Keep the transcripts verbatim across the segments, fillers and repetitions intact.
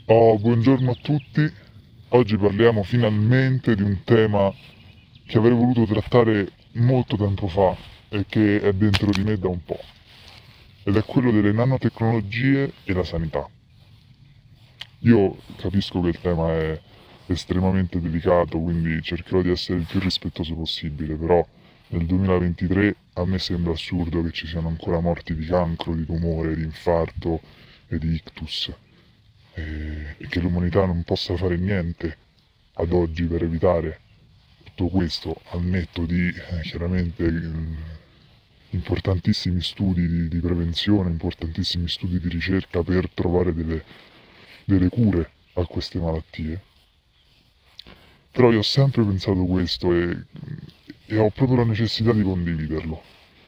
Oh, buongiorno a tutti. Oggi parliamo finalmente di un tema che avrei voluto trattare molto tempo fa e che è dentro di me da un po', ed è quello delle nanotecnologie e la sanità. Io capisco che il tema è estremamente delicato, quindi cercherò di essere il più rispettoso possibile, però nel duemilaventitré a me sembra assurdo che ci siano ancora morti di cancro, di tumore, di infarto e di ictus, e e che l'umanità non possa fare niente ad oggi per evitare tutto questo, al netto di eh, chiaramente eh, importantissimi studi di, di prevenzione, importantissimi studi di ricerca per trovare delle, delle cure a queste malattie. Però io ho sempre pensato questo e, e ho proprio la necessità di condividerlo.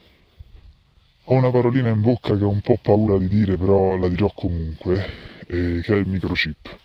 Ho una parolina in bocca che ho un po' paura di dire, però la dirò comunque, eh, che è il microchip.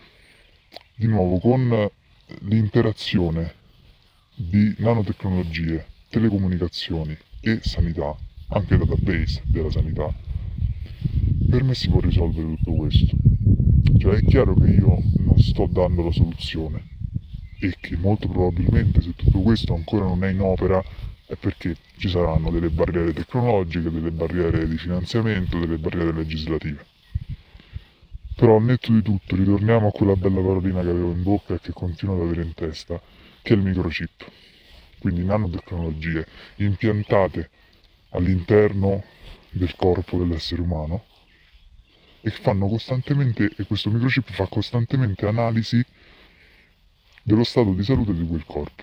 Di nuovo, con l'interazione di nanotecnologie, telecomunicazioni e sanità, anche database della sanità, per me si può risolvere tutto questo. Cioè è chiaro che io non sto dando la soluzione e che molto probabilmente se tutto questo ancora non è in opera è perché ci saranno delle barriere tecnologiche, delle barriere di finanziamento, delle barriere legislative. Però al netto di tutto ritorniamo a quella bella parolina che avevo in bocca e che continuo ad avere in testa, che è il microchip. Quindi nanotecnologie impiantate all'interno del corpo dell'essere umano e che fanno costantemente, e questo microchip fa costantemente analisi dello stato di salute di quel corpo.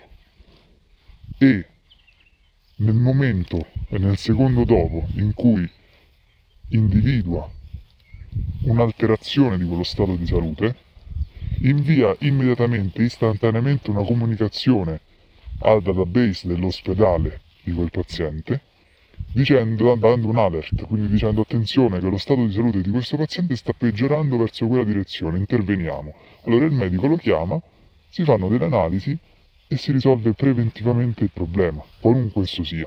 E nel momento e nel secondo dopo in cui individua un'alterazione di quello stato di salute, invia immediatamente, istantaneamente una comunicazione al database dell'ospedale di quel paziente, dicendo, dando un alert, quindi dicendo attenzione che lo stato di salute di questo paziente sta peggiorando verso quella direzione, interveniamo. Allora il medico lo chiama, si fanno delle analisi e si risolve preventivamente il problema, qualunque esso sia.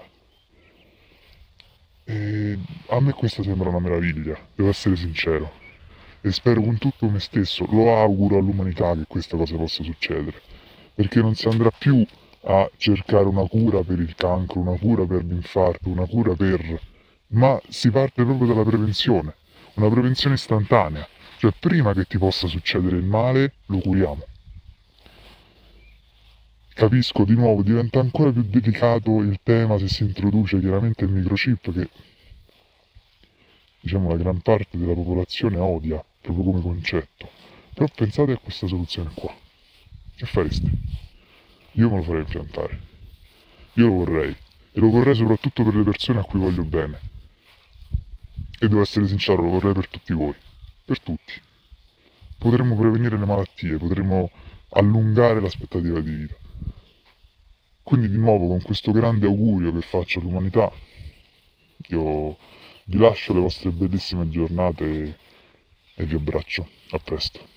E a me questa sembra una meraviglia, devo essere sincero. E spero con tutto me stesso, lo auguro all'umanità che questa cosa possa succedere, perché non si andrà più a cercare una cura per il cancro, una cura per l'infarto, una cura per... ma si parte proprio dalla prevenzione, una prevenzione istantanea, cioè prima che ti possa succedere il male lo curiamo. Capisco, di nuovo, diventa ancora più delicato il tema se si introduce chiaramente il microchip che, diciamo, la gran parte della popolazione odia proprio come concetto. Però pensate a questa soluzione qua. Che fareste? Io me lo farei impiantare. Io lo vorrei. E lo vorrei soprattutto per le persone a cui voglio bene. E devo essere sincero, lo vorrei per tutti voi. Per tutti. Potremmo prevenire le malattie, potremmo allungare l'aspettativa di vita. Quindi di nuovo con questo grande augurio che faccio all'umanità, io vi lascio le vostre bellissime giornate e vi abbraccio. A presto.